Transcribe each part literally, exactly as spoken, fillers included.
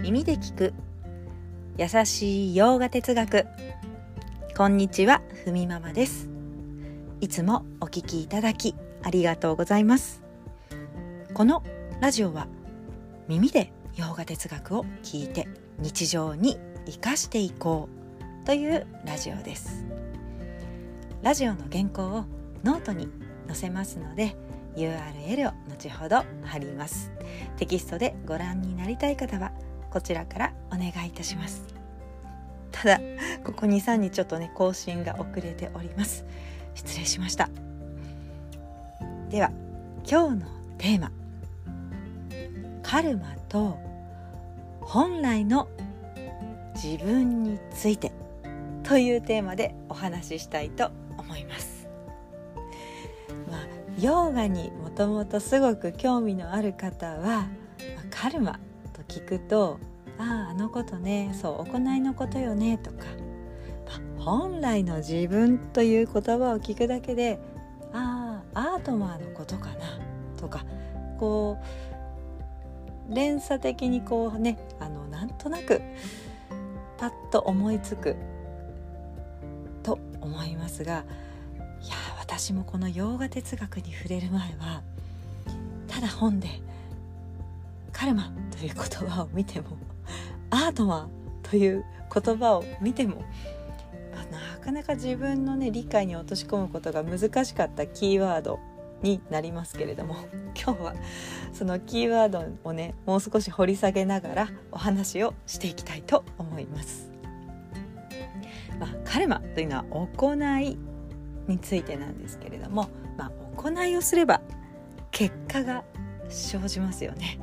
耳で聞く優しい洋画哲学。こんにちは、ふみママです。いつもお聞きいただきありがとうございます。このラジオは耳で洋画哲学を聞いて日常に生かしていこうというラジオです。ラジオの原稿をノートに載せますので ユーアールエル を後ほど貼ります。テキストでご覧になりたい方はこちらからお願いいたします。ただここ にさんにちちょっとね更新が遅れております。失礼しました。では今日のテーマ、カルマと本来の自分についてというテーマでお話ししたいと思います。まあ、ヨーガにもともとすごく興味のある方は、まあ、カルマと聞くと、ああ、あのことね、そう行いのことよねとか、まあ、本来の自分という言葉を聞くだけで、ああ、アートマーのことかなとか、こう連鎖的にこうね、あのなんとなくパッと思いつくと思いますが、いや私もこの洋画哲学に触れる前はただ本でカルマという言葉を見てもアートマンという言葉を見ても、まあ、なかなか自分のね理解に落とし込むことが難しかったキーワードになりますけれども、今日はそのキーワードをねもう少し掘り下げながらお話をしていきたいと思います。まあ、カルマというのは行いについてなんですけれども、まあ、行いをすれば結果が生じますよね。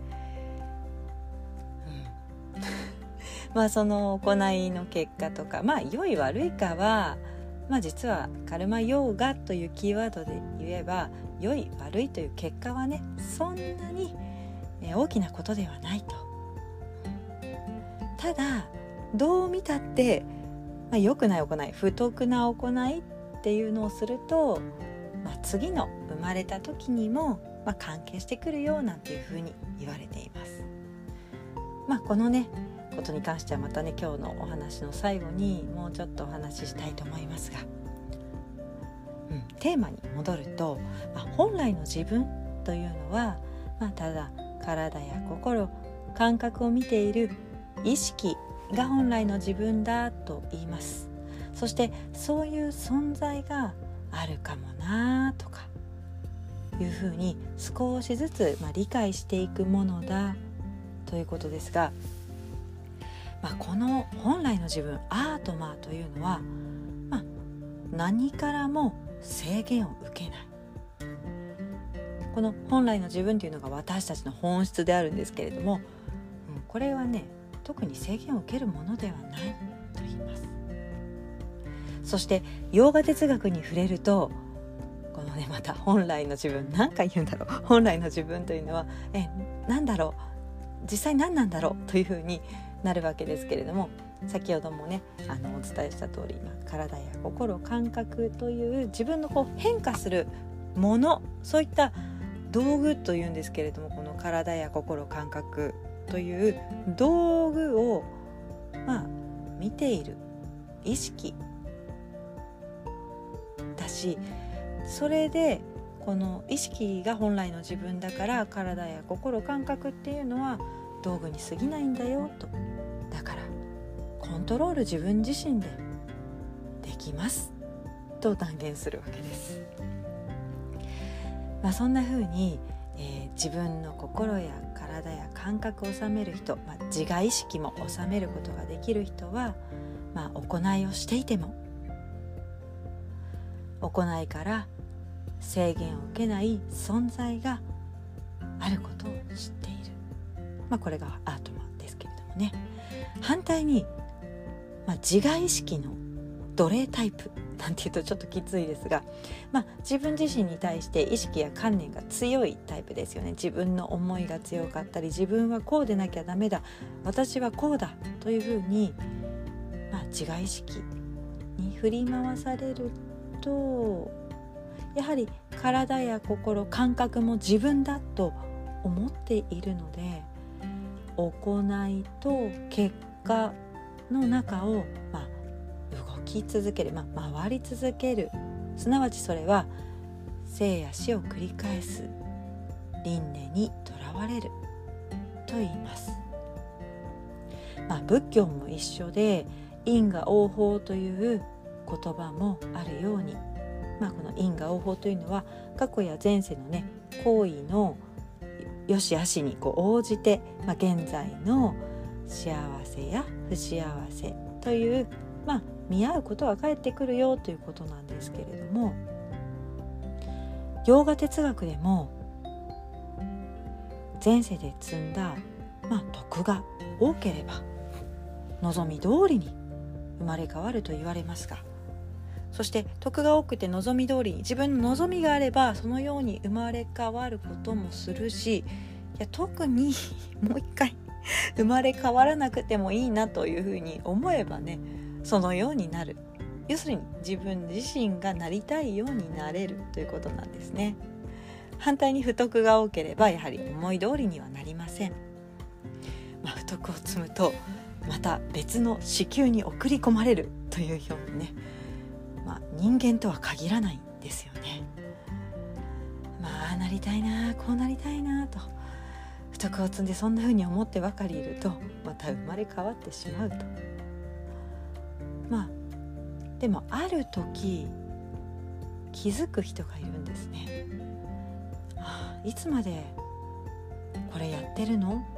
うん、まあその行いの結果とか、まあ良い悪いかは、まあ、実はカルマヨーガというキーワードで言えば、良い悪いという結果はねそんなに大きなことではないと。ただどう見たって、まあ、良くない行い、不徳な行いっていうのをすると、まあ、次の生まれた時にも、まあ、関係してくるよなんていうふうに言われています。まあ、このねことに関してはまたね今日のお話の最後にもうちょっとお話ししたいと思いますが、うん、テーマに戻ると、まあ、本来の自分というのは、まあ、ただ体や心、感覚を見ている意識が本来の自分だと言います。そしてそういう存在があるかもなとかいうふうに少しずつ、まあ、理解していくものだということですが、まあ、この本来の自分アートマーというのは、まあ、何からも制限を受けない。この本来の自分というのが私たちの本質であるんですけれども、うん、これはね特に制限を受けるものではないと言います。そして洋画哲学に触れると、このねまた本来の自分、何回言うんだろう、本来の自分というのはえ何だろう、実際何なんだろうというふうになるわけですけれども、先ほどもねあのお伝えした通り、体や心、感覚という自分のこう変化するもの、そういった道具というんですけれども、この体や心、感覚という道具を、まあ、見ている意識だし、それでこの意識が本来の自分だから、体や心、感覚っていうのは道具に過ぎないんだよと。だからコントロール自分自身でできますと断言するわけです。まあ、そんな風に、えー、自分の心や体や感覚を収める人、まあ、自我意識も収めることができる人は、まあ、行いをしていても行いから制限を受けない存在があることを知っている、まあ、これがアートマンですけれどもね。反対に、まあ、自我意識の奴隷タイプなんていうとちょっときついですが、まあ、自分自身に対して意識や観念が強いタイプですよね。自分の思いが強かったり、自分はこうでなきゃダメだ、私はこうだというふうに、まあ、自我意識に振り回されると、やはり体や心、感覚も自分だと思っているので、 行いと結果の中を、まあ、動き続ける、まあ、回り続ける、すなわちそれは生や死を繰り返す輪廻にとらわれると言います。まあ、仏教も一緒で因果応報という言葉もあるように、まあ、この因果応報というのは過去や前世のね行為の良し悪しにこう応じて、まあ、現在の幸せや不幸せという、まあ、見合うことが返ってくるよということなんですけれども、ヨーガ哲学でも前世で積んだ、まあ、徳が多ければ望み通りに生まれ変わると言われますが、そして徳が多くて望み通りに、自分の望みがあればそのように生まれ変わることもするし、いや特にもう一回生まれ変わらなくてもいいなというふうに思えばね、そのようになる。要するに自分自身がなりたいようになれるということなんですね。反対に不徳が多ければやはり思い通りにはなりません。まあ、不徳を積むとまた別の子宮に送り込まれるというようにね、まあ、人間とは限らないんですよね。まあなりたいな、こうなりたいなと不徳を積んでそんな風に思ってばかりいるとまた生まれ変わってしまうと。まあでもある時気づく人がいるんですね。はあ、いつまでこれやってるの？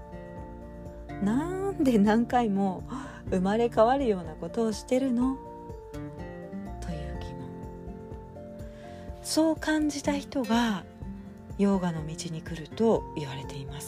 なんで何回も生まれ変わるようなことをしてるの？という疑問。そう感じた人がヨーガの道に来ると言われています。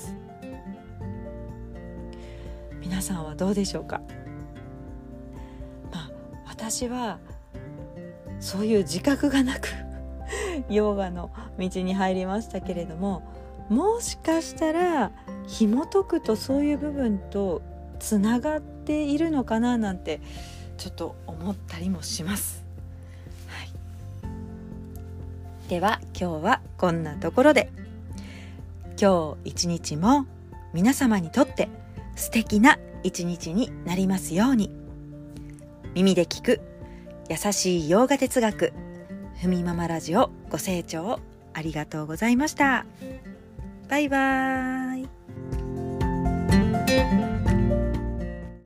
皆さんはどうでしょうか？まあ、私はそういう自覚がなくヨーガの道に入りましたけれども、もしかしたら紐解くとそういう部分とつながっているのかななんてちょっと思ったりもします。はい、では今日はこんなところで、今日一日も皆様にとって素敵な一日になりますように。耳で聞く優しいヨーガ哲学、ふみママラジオご清聴ありがとうございました。バイバーイ。